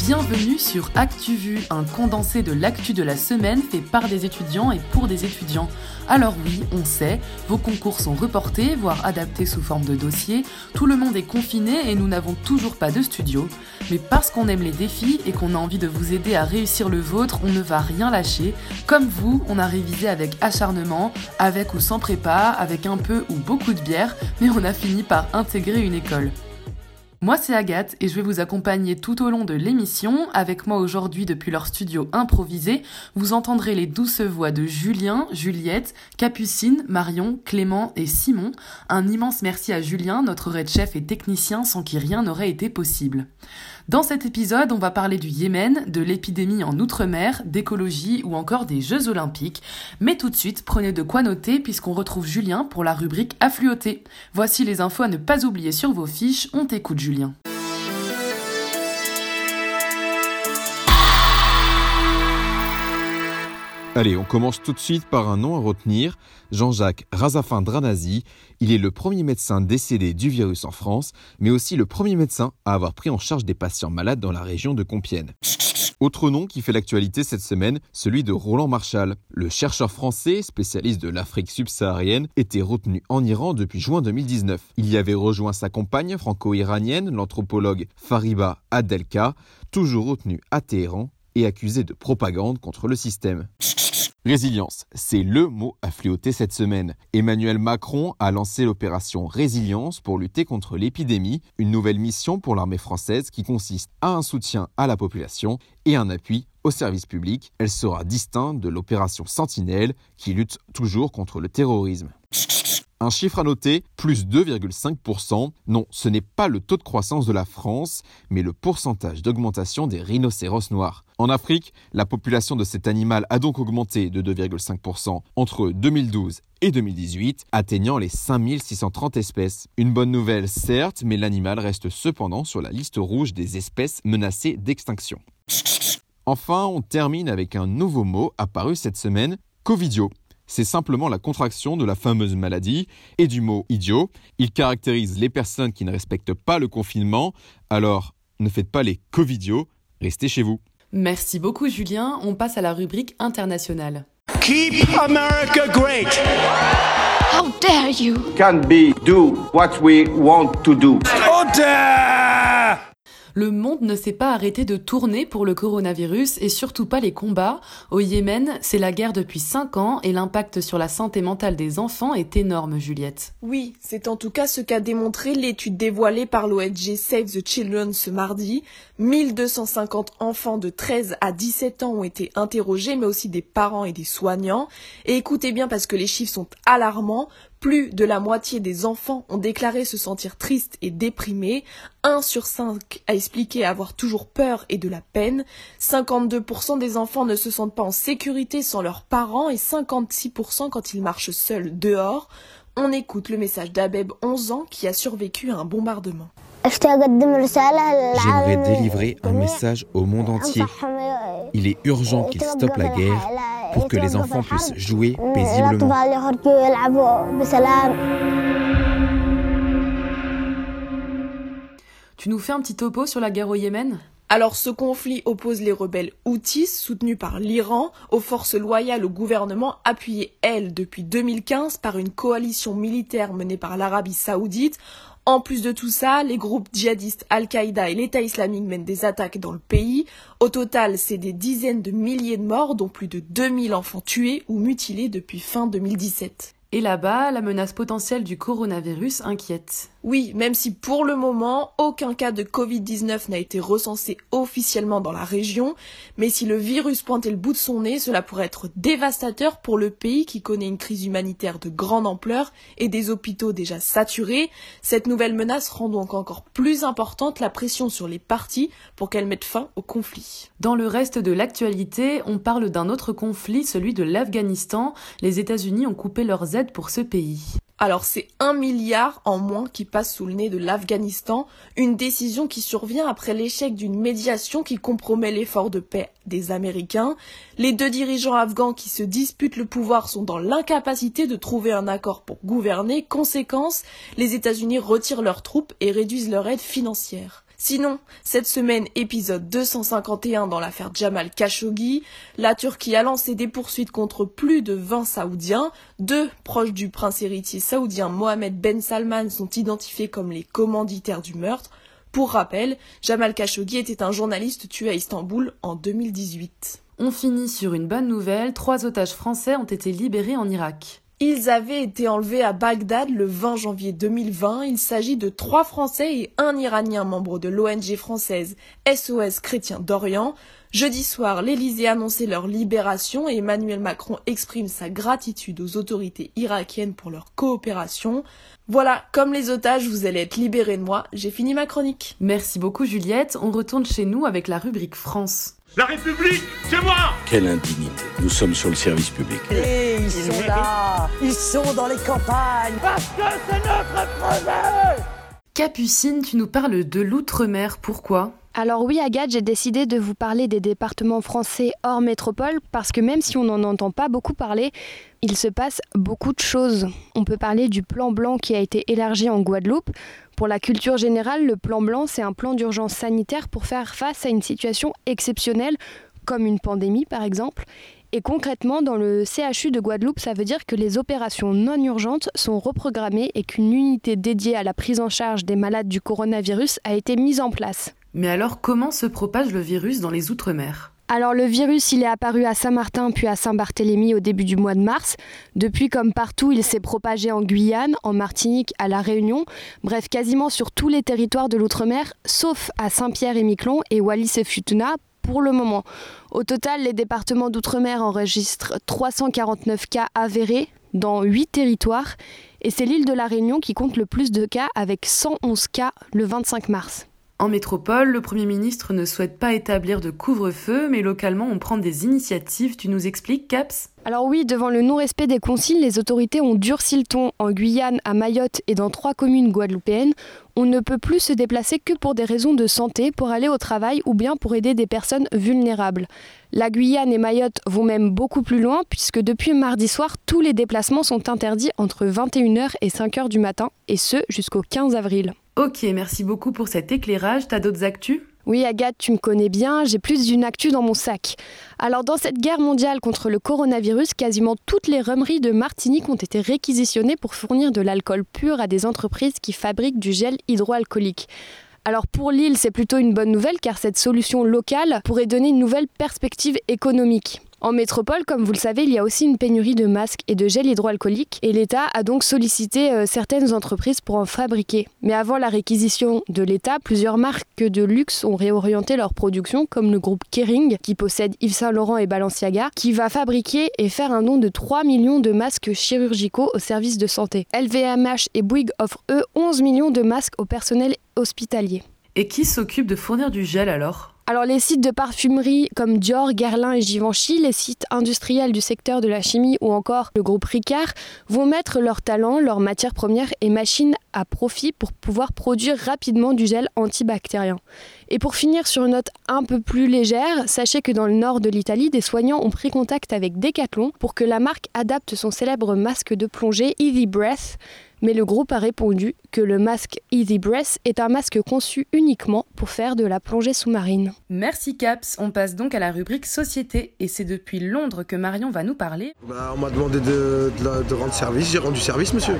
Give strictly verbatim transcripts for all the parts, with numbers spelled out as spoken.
Bienvenue sur ActuVu, un condensé de l'actu de la semaine fait par des étudiants et pour des étudiants. Alors oui, on sait, vos concours sont reportés, voire adaptés sous forme de dossier, tout le monde est confiné et nous n'avons toujours pas de studio. Mais parce qu'on aime les défis et qu'on a envie de vous aider à réussir le vôtre, on ne va rien lâcher. Comme vous, on a révisé avec acharnement, avec ou sans prépa, avec un peu ou beaucoup de bière, mais on a fini par intégrer une école. Moi c'est Agathe et je vais vous accompagner tout au long de l'émission. Avec moi aujourd'hui depuis leur studio improvisé, vous entendrez les douces voix de Julien, Juliette, Capucine, Marion, Clément et Simon. Un immense merci à Julien, notre red chef et technicien sans qui rien n'aurait été possible. Dans cet épisode, on va parler du Yémen, de l'épidémie en Outre-mer, d'écologie ou encore des Jeux Olympiques. Mais tout de suite, prenez de quoi noter puisqu'on retrouve Julien pour la rubrique Affluoté. Voici les infos à ne pas oublier sur vos fiches. On t'écoute Julien. Allez, on commence tout de suite par un nom à retenir, Jean-Jacques Razafin-Dranazi. Il est le premier médecin décédé du virus en France, mais aussi le premier médecin à avoir pris en charge des patients malades dans la région de Compiègne. Autre nom qui fait l'actualité cette semaine, celui de Roland Marchal. Le chercheur français, spécialiste de l'Afrique subsaharienne, était retenu en Iran depuis juin deux mille dix-neuf. Il y avait rejoint sa compagne franco-iranienne, l'anthropologue Fariba Adelka, toujours retenue à Téhéran et accusée de propagande contre le système. Résilience, c'est le mot à fléauter cette semaine. Emmanuel Macron a lancé l'opération Résilience pour lutter contre l'épidémie, une nouvelle mission pour l'armée française qui consiste à un soutien à la population et un appui au service public. Elle sera distincte de l'opération Sentinelle qui lutte toujours contre le terrorisme. Un chiffre à noter, plus deux virgule cinq pour cent. Non, ce n'est pas le taux de croissance de la France, mais le pourcentage d'augmentation des rhinocéros noirs. En Afrique, la population de cet animal a donc augmenté de deux virgule cinq pour cent entre deux mille douze et deux mille dix-huit, atteignant les cinq mille six cent trente espèces. Une bonne nouvelle certes, mais l'animal reste cependant sur la liste rouge des espèces menacées d'extinction. Enfin, on termine avec un nouveau mot apparu cette semaine, Covidio. C'est simplement la contraction de la fameuse maladie et du mot « idiot ». Il caractérise les personnes qui ne respectent pas le confinement. Alors, ne faites pas les covidios, restez chez vous. Merci beaucoup Julien, on passe à la rubrique internationale. Keep America great. How dare you? Can't be do what we want to do. Order! Le monde ne s'est pas arrêté de tourner pour le coronavirus et surtout pas les combats. Au Yémen, c'est la guerre depuis cinq ans et l'impact sur la santé mentale des enfants est énorme, Juliette. Oui, c'est en tout cas ce qu'a démontré l'étude dévoilée par l'O N G Save the Children ce mardi. mille deux cent cinquante enfants de treize à dix-sept ans ont été interrogés, mais aussi des parents et des soignants. Et écoutez bien parce que les chiffres sont alarmants. Plus de la moitié des enfants ont déclaré se sentir tristes et déprimés. un sur cinq a expliqué avoir toujours peur et de la peine. cinquante-deux pour cent des enfants ne se sentent pas en sécurité sans leurs parents et cinquante-six pour cent quand ils marchent seuls dehors. On écoute le message d'Abeb, onze ans, qui a survécu à un bombardement. J'aimerais délivrer un message au monde entier. Il est urgent qu'il stoppe la guerre pour que les enfants puissent jouer paisiblement. Tu nous fais un petit topo sur la guerre au Yémen ? Alors ce conflit oppose les rebelles Houthis, soutenus par l'Iran, aux forces loyales au gouvernement, appuyées, elles, depuis deux mille quinze par une coalition militaire menée par l'Arabie Saoudite. En plus de tout ça, les groupes djihadistes Al-Qaïda et l'État islamique mènent des attaques dans le pays. Au total, c'est des dizaines de milliers de morts, dont plus de deux mille enfants tués ou mutilés depuis fin deux mille dix-sept. Et là-bas, la menace potentielle du coronavirus inquiète. Oui, même si pour le moment, aucun cas de covid dix-neuf n'a été recensé officiellement dans la région, mais si le virus pointait le bout de son nez, cela pourrait être dévastateur pour le pays qui connaît une crise humanitaire de grande ampleur et des hôpitaux déjà saturés. Cette nouvelle menace rend donc encore plus importante la pression sur les parties pour qu'elles mettent fin au conflit. Dans le reste de l'actualité, on parle d'un autre conflit, celui de l'Afghanistan. Les États-Unis ont coupé leurs aides pour ce pays. Alors c'est un milliard en moins qui passe sous le nez de l'Afghanistan, une décision qui survient après l'échec d'une médiation qui compromet l'effort de paix des Américains. Les deux dirigeants afghans qui se disputent le pouvoir sont dans l'incapacité de trouver un accord pour gouverner. Conséquence, les États-Unis retirent leurs troupes et réduisent leur aide financière. Sinon, cette semaine, épisode deux cent cinquante et un dans l'affaire Jamal Khashoggi, la Turquie a lancé des poursuites contre plus de vingt Saoudiens. Deux proches du prince héritier saoudien Mohammed Ben Salman sont identifiés comme les commanditaires du meurtre. Pour rappel, Jamal Khashoggi était un journaliste tué à Istanbul en deux mille dix-huit. On finit sur une bonne nouvelle, trois otages français ont été libérés en Irak. Ils avaient été enlevés à Bagdad le vingt janvier deux mille vingt. Il s'agit de trois Français et un Iranien membre de l'O N G française S O S Chrétiens d'Orient. Jeudi soir, l'Élysée annonçait leur libération et Emmanuel Macron exprime sa gratitude aux autorités irakiennes pour leur coopération. Voilà, comme les otages, vous allez être libérés de moi. J'ai fini ma chronique. Merci beaucoup Juliette, on retourne chez nous avec la rubrique France. La République, c'est moi! Quelle indignité. Nous sommes sur le service public. Et ils sont là, ils sont dans les campagnes. Parce que c'est notre projet! Capucine, tu nous parles de l'outre-mer, pourquoi ? Alors oui Agathe, j'ai décidé de vous parler des départements français hors métropole parce que même si on n'en entend pas beaucoup parler, il se passe beaucoup de choses. On peut parler du plan blanc qui a été élargi en Guadeloupe. Pour la culture générale, le plan blanc, c'est un plan d'urgence sanitaire pour faire face à une situation exceptionnelle, comme une pandémie par exemple. Et concrètement, dans le C H U de Guadeloupe, ça veut dire que les opérations non urgentes sont reprogrammées et qu'une unité dédiée à la prise en charge des malades du coronavirus a été mise en place. Mais alors, comment se propage le virus dans les Outre-mer ? Alors le virus, il est apparu à Saint-Martin puis à Saint-Barthélemy au début du mois de mars. Depuis, comme partout, il s'est propagé en Guyane, en Martinique, à La Réunion. Bref, quasiment sur tous les territoires de l'Outre-mer, sauf à Saint-Pierre-et-Miquelon et Wallis et Futuna pour le moment. Au total, les départements d'Outre-mer enregistrent trois cent quarante-neuf cas avérés dans huit territoires. Et c'est l'île de La Réunion qui compte le plus de cas avec cent onze cas le vingt-cinq mars. En métropole, le Premier ministre ne souhaite pas établir de couvre-feu, mais localement on prend des initiatives. Tu nous expliques, Caps ? Alors oui, devant le non-respect des consignes, les autorités ont durci le ton. En Guyane, à Mayotte et dans trois communes guadeloupéennes, on ne peut plus se déplacer que pour des raisons de santé, pour aller au travail ou bien pour aider des personnes vulnérables. La Guyane et Mayotte vont même beaucoup plus loin, puisque depuis mardi soir, tous les déplacements sont interdits entre vingt et une heures et cinq heures du matin, et ce jusqu'au quinze avril. Ok, merci beaucoup pour cet éclairage. T'as d'autres actus ? Oui Agathe, tu me connais bien, j'ai plus d'une actu dans mon sac. Alors dans cette guerre mondiale contre le coronavirus, quasiment toutes les rhumeries de Martinique ont été réquisitionnées pour fournir de l'alcool pur à des entreprises qui fabriquent du gel hydroalcoolique. Alors pour l'île, c'est plutôt une bonne nouvelle car cette solution locale pourrait donner une nouvelle perspective économique. En métropole, comme vous le savez, il y a aussi une pénurie de masques et de gel hydroalcoolique et l'État a donc sollicité euh, certaines entreprises pour en fabriquer. Mais avant la réquisition de l'État, plusieurs marques de luxe ont réorienté leur production, comme le groupe Kering, qui possède Yves Saint Laurent et Balenciaga, qui va fabriquer et faire un don de trois millions de masques chirurgicaux au service de santé. L V M H et Bouygues offrent eux onze millions de masques au personnel hospitalier. Et qui s'occupe de fournir du gel alors ? Alors les sites de parfumerie comme Dior, Guerlain et Givenchy, les sites industriels du secteur de la chimie ou encore le groupe Ricard vont mettre leurs talents, leurs matières premières et machines à profit pour pouvoir produire rapidement du gel antibactérien. Et pour finir sur une note un peu plus légère, sachez que dans le nord de l'Italie, des soignants ont pris contact avec Decathlon pour que la marque adapte son célèbre masque de plongée Easy Breath. Mais le groupe a répondu que le masque Easy Breath est un masque conçu uniquement pour faire de la plongée sous-marine. Merci Caps, on passe donc à la rubrique Société et c'est depuis Londres que Marion va nous parler. Bah, on m'a demandé de, de, de rendre service, j'ai rendu service monsieur.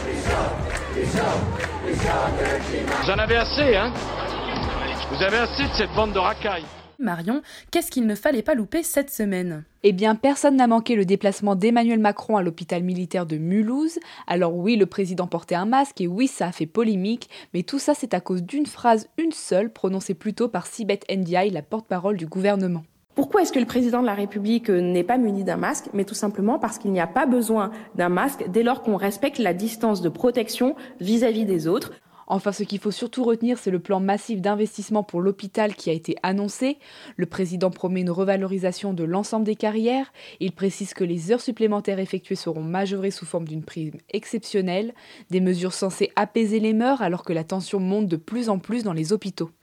Vous en avez assez, hein? Vous avez assez de cette bande de racailles. Marion, qu'est-ce qu'il ne fallait pas louper cette semaine ? Eh bien, personne n'a manqué le déplacement d'Emmanuel Macron à l'hôpital militaire de Mulhouse. Alors oui, le président portait un masque et oui, ça a fait polémique, mais tout ça c'est à cause d'une phrase, une seule, prononcée plus tôt par Sibeth Ndiaye, la porte-parole du gouvernement. Pourquoi est-ce que le président de la République n'est pas muni d'un masque ? Mais tout simplement parce qu'il n'y a pas besoin d'un masque dès lors qu'on respecte la distance de protection vis-à-vis des autres. Enfin, ce qu'il faut surtout retenir, c'est le plan massif d'investissement pour l'hôpital qui a été annoncé. Le président promet une revalorisation de l'ensemble des carrières. Il précise que les heures supplémentaires effectuées seront majorées sous forme d'une prime exceptionnelle. Des mesures censées apaiser les mœurs alors que la tension monte de plus en plus dans les hôpitaux.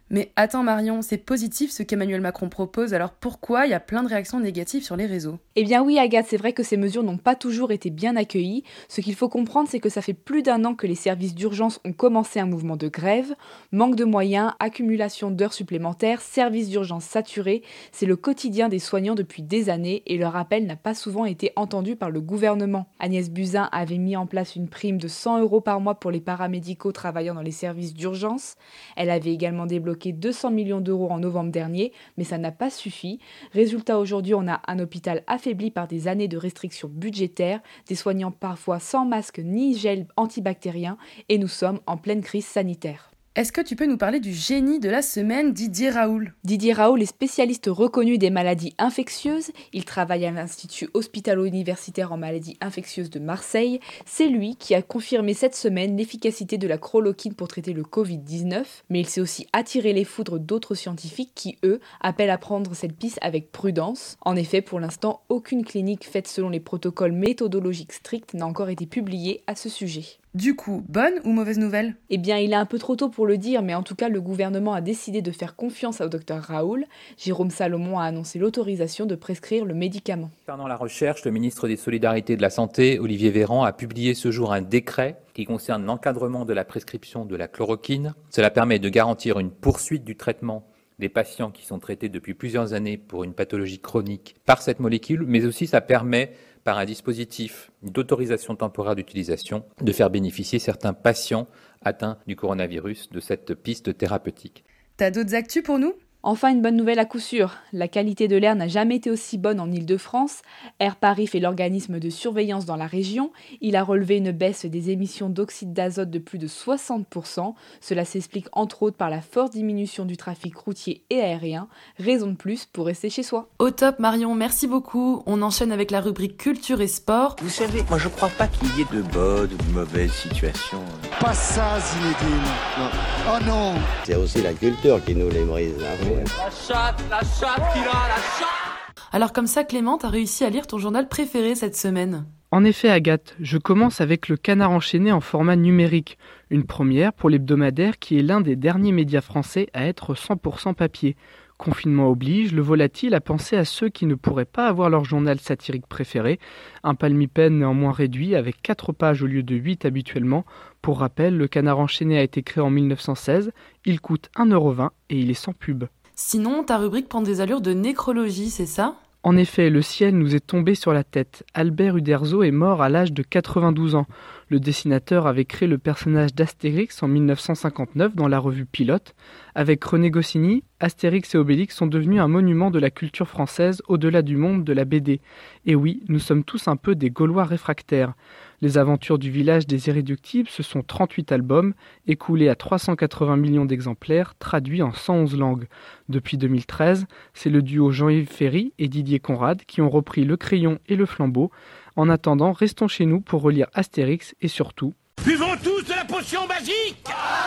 Mais attends Marion, c'est positif ce qu'Emmanuel Macron propose, alors pourquoi il y a plein de réactions négatives sur les réseaux ? Eh bien oui Agathe, c'est vrai que ces mesures n'ont pas toujours été bien accueillies. Ce qu'il faut comprendre, c'est que ça fait plus d'un an que les services d'urgence ont commencé un mouvement de grève. Manque de moyens, accumulation d'heures supplémentaires, services d'urgence saturés, c'est le quotidien des soignants depuis des années et leur appel n'a pas souvent été entendu par le gouvernement. Agnès Buzyn avait mis en place une prime de cent euros par mois pour les paramédicaux travaillant dans les services d'urgence. Elle avait également débloqué deux cents millions d'euros en novembre dernier, mais ça n'a pas suffi. Résultat, aujourd'hui, on a un hôpital affaibli par des années de restrictions budgétaires, des soignants parfois sans masque ni gel antibactérien, et nous sommes en pleine crise sanitaire. Est-ce que tu peux nous parler du génie de la semaine, Didier Raoult ? Didier Raoult est spécialiste reconnu des maladies infectieuses. Il travaille à l'Institut hospitalo-universitaire en maladies infectieuses de Marseille. C'est lui qui a confirmé cette semaine l'efficacité de la chloroquine pour traiter le covid dix-neuf. Mais il s'est aussi attiré les foudres d'autres scientifiques qui, eux, appellent à prendre cette piste avec prudence. En effet, pour l'instant, aucune clinique faite selon les protocoles méthodologiques stricts n'a encore été publiée à ce sujet. Du coup, bonne ou mauvaise nouvelle ? Eh bien, il est un peu trop tôt pour le dire, mais en tout cas, le gouvernement a décidé de faire confiance au docteur Raoult. Jérôme Salomon a annoncé l'autorisation de prescrire le médicament. Concernant la recherche, le ministre des Solidarités et de la Santé, Olivier Véran, a publié ce jour un décret qui concerne l'encadrement de la prescription de la chloroquine. Cela permet de garantir une poursuite du traitement des patients qui sont traités depuis plusieurs années pour une pathologie chronique par cette molécule, mais aussi ça permet, par un dispositif d'autorisation temporaire d'utilisation, de faire bénéficier certains patients atteints du coronavirus de cette piste thérapeutique. T'as d'autres actus pour nous ? Enfin, une bonne nouvelle à coup sûr. La qualité de l'air n'a jamais été aussi bonne en Île-de-France. Air Paris fait l'organisme de surveillance dans la région. Il a relevé une baisse des émissions d'oxyde d'azote de plus de soixante pour cent. Cela s'explique entre autres par la forte diminution du trafic routier et aérien. Raison de plus pour rester chez soi. Au top Marion, merci beaucoup. On enchaîne avec la rubrique culture et sport. Vous savez, moi je crois pas qu'il y ait de bonnes ou de mauvaises situations. Pas ça Zinedine. Non. Oh non. C'est aussi la culture qui nous les brise. Hein. La chatte, la chatte qu'il a, la chatte. Alors comme ça Clément, t'as réussi à lire ton journal préféré cette semaine ? En effet Agathe, je commence avec le Canard enchaîné en format numérique, une première pour l'hebdomadaire qui est l'un des derniers médias français à être cent pour cent papier. Confinement oblige, le volatile a pensé à ceux qui ne pourraient pas avoir leur journal satirique préféré, un palmipène néanmoins réduit avec quatre pages au lieu de huit habituellement. Pour rappel, le Canard enchaîné a été créé en mille neuf cent seize, il coûte un euro vingt et il est sans pub. Sinon, ta rubrique prend des allures de nécrologie, c'est ça ? En effet, le ciel nous est tombé sur la tête. Albert Uderzo est mort à l'âge de quatre-vingt-douze ans. Le dessinateur avait créé le personnage d'Astérix en mille neuf cent cinquante-neuf dans la revue Pilote. Avec René Goscinny, Astérix et Obélix sont devenus un monument de la culture française au-delà du monde de la B D. Et oui, nous sommes tous un peu des Gaulois réfractaires. Les aventures du village des Irréductibles, ce sont trente-huit albums, écoulés à trois cent quatre-vingts millions d'exemplaires, traduits en cent onze langues. Depuis deux mille treize, c'est le duo Jean-Yves Ferry et Didier Conrad qui ont repris le crayon et le flambeau. En attendant, restons chez nous pour relire Astérix et surtout... Buvons tous de la potion magique.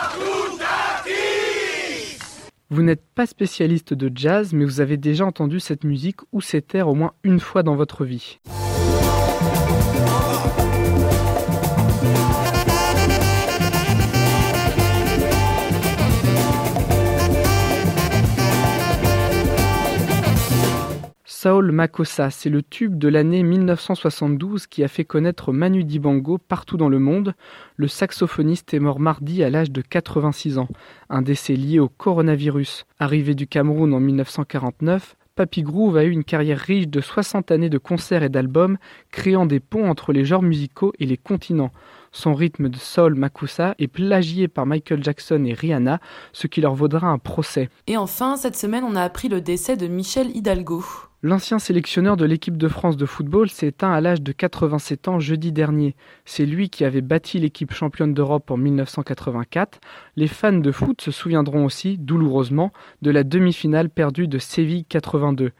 Vous n'êtes pas spécialiste de jazz, mais vous avez déjà entendu cette musique ou cet air au moins une fois dans votre vie. Saol Makossa, c'est le tube de l'année mille neuf cent soixante-douze qui a fait connaître Manu Dibango partout dans le monde. Le saxophoniste est mort mardi à l'âge de quatre-vingt-six ans, un décès lié au coronavirus. Arrivé du Cameroun en mille neuf cent quarante-neuf, Papy Groove a eu une carrière riche de soixante années de concerts et d'albums, créant des ponts entre les genres musicaux et les continents. Son rythme de Saol Makossa est plagié par Michael Jackson et Rihanna, ce qui leur vaudra un procès. Et enfin, cette semaine, on a appris le décès de Michel Hidalgo. L'ancien sélectionneur de l'équipe de France de football s'est éteint à l'âge de quatre-vingt-sept ans jeudi dernier. C'est lui qui avait bâti l'équipe championne d'Europe en mille neuf cent quatre-vingt-quatre. Les fans de foot se souviendront aussi, douloureusement, de la demi-finale perdue de Séville quatre-vingt-deux.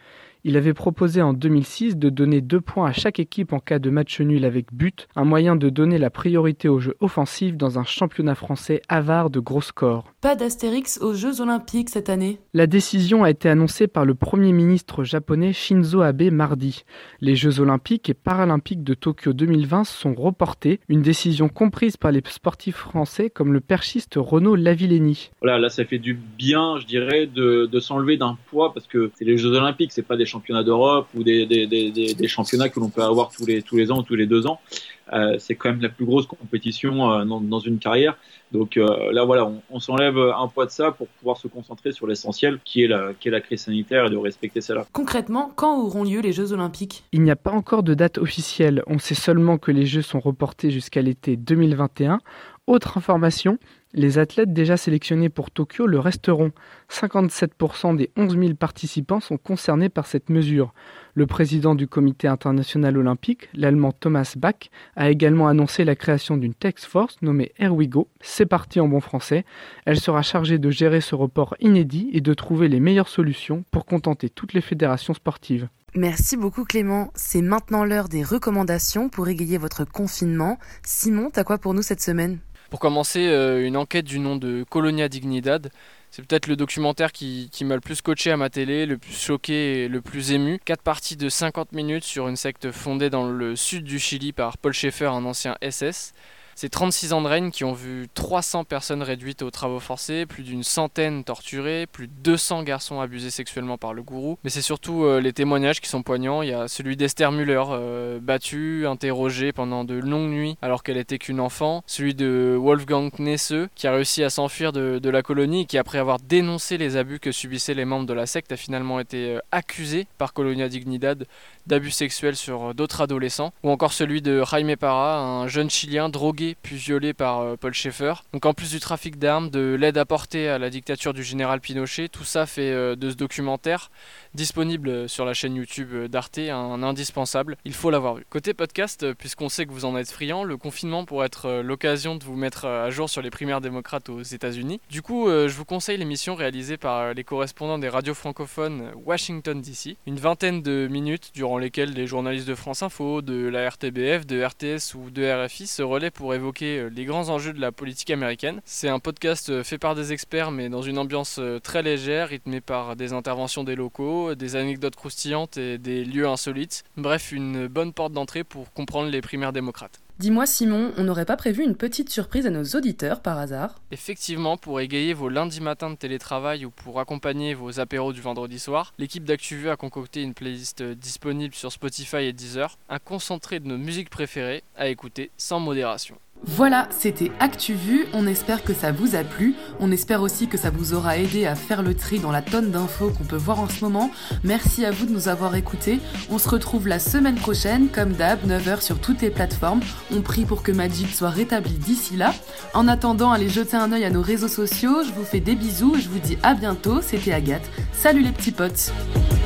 Il avait proposé en deux mille six de donner deux points à chaque équipe en cas de match nul avec but, un moyen de donner la priorité aux jeux offensifs dans un championnat français avare de gros scores. Pas d'Astérix aux Jeux Olympiques cette année. La décision a été annoncée par le Premier ministre japonais Shinzo Abe mardi. Les Jeux Olympiques et Paralympiques de Tokyo deux mille vingt sont reportés, une décision comprise par les sportifs français comme le perchiste Renaud Lavillenie. Voilà, là ça fait du bien, je dirais, de, de s'enlever d'un poids parce que c'est les Jeux Olympiques, c'est pas des championnats d'Europe ou des, des, des, des, des championnats que l'on peut avoir tous les, tous les ans ou tous les deux ans. Euh, c'est quand même la plus grosse compétition euh, dans, dans une carrière. Donc euh, là, voilà, on, on s'enlève un poids de ça pour pouvoir se concentrer sur l'essentiel, qui est la, qui est la crise sanitaire et de respecter celle-là. Concrètement, quand auront lieu les Jeux Olympiques ? Il n'y a pas encore de date officielle. On sait seulement que les Jeux sont reportés jusqu'à l'été deux mille vingt et un. Autre information, les athlètes déjà sélectionnés pour Tokyo le resteront. cinquante-sept pour cent des onze mille participants sont concernés par cette mesure. Le président du comité international olympique, l'allemand Thomas Bach, a également annoncé la création d'une task force nommée Here We Go. C'est parti en bon français. Elle sera chargée de gérer ce report inédit et de trouver les meilleures solutions pour contenter toutes les fédérations sportives. Merci beaucoup Clément. C'est maintenant l'heure des recommandations pour égayer votre confinement. Simon, t'as quoi pour nous cette semaine ? Pour commencer, euh, une enquête du nom de Colonia Dignidad. C'est peut-être le documentaire qui, qui m'a le plus scotché à ma télé, le plus choqué et le plus ému. Quatre parties de cinquante minutes sur une secte fondée dans le sud du Chili par Paul Schaeffer, un ancien S S. C'est trente-six ans de règne qui ont vu trois cents personnes réduites aux travaux forcés, plus d'une centaine torturées, plus de deux cents garçons abusés sexuellement par le gourou. Mais c'est surtout euh, les témoignages qui sont poignants. Il y a celui d'Esther Müller, euh, battue, interrogée pendant de longues nuits alors qu'elle était qu'une enfant. Celui de Wolfgang Knesse, qui a réussi à s'enfuir de, de la colonie et qui, après avoir dénoncé les abus que subissaient les membres de la secte, a finalement été euh, accusé par Colonia Dignidad d'abus sexuels sur d'autres adolescents. Ou encore celui de Jaime Parra, un jeune Chilien drogué puis violé par euh, Paul Schaeffer. Donc en plus du trafic d'armes, de l'aide apportée à la dictature du général Pinochet, tout ça fait euh, de ce documentaire, disponible sur la chaîne YouTube d'Arte, un indispensable. Il faut l'avoir vu. Côté podcast, puisqu'on sait que vous en êtes friands, le confinement pourrait être euh, l'occasion de vous mettre à jour sur les primaires démocrates aux États-Unis. Du coup, euh, je vous conseille l'émission réalisée par les correspondants des radios francophones Washington D C. Une vingtaine de minutes durant lesquelles les journalistes de France Info, de la R T B F, de R T S ou de R F I se relaient pour évoquer les grands enjeux de la politique américaine. C'est un podcast fait par des experts mais dans une ambiance très légère, rythmée par des interventions des locaux, des anecdotes croustillantes et des lieux insolites. Bref, une bonne porte d'entrée pour comprendre les primaires démocrates. Dis-moi Simon, on n'aurait pas prévu une petite surprise à nos auditeurs par hasard ? Effectivement, pour égayer vos lundis matins de télétravail ou pour accompagner vos apéros du vendredi soir, l'équipe d'ActuVu a concocté une playlist disponible sur Spotify et Deezer, un concentré de nos musiques préférées à écouter sans modération. Voilà, c'était ActuVu, on espère que ça vous a plu, on espère aussi que ça vous aura aidé à faire le tri dans la tonne d'infos qu'on peut voir en ce moment. Merci à vous de nous avoir écoutés, on se retrouve la semaine prochaine, comme d'hab, neuf heures sur toutes les plateformes. On prie pour que Majid soit rétabli d'ici là. En attendant, allez jeter un œil à nos réseaux sociaux, je vous fais des bisous et je vous dis à bientôt, c'était Agathe. Salut les petits potes.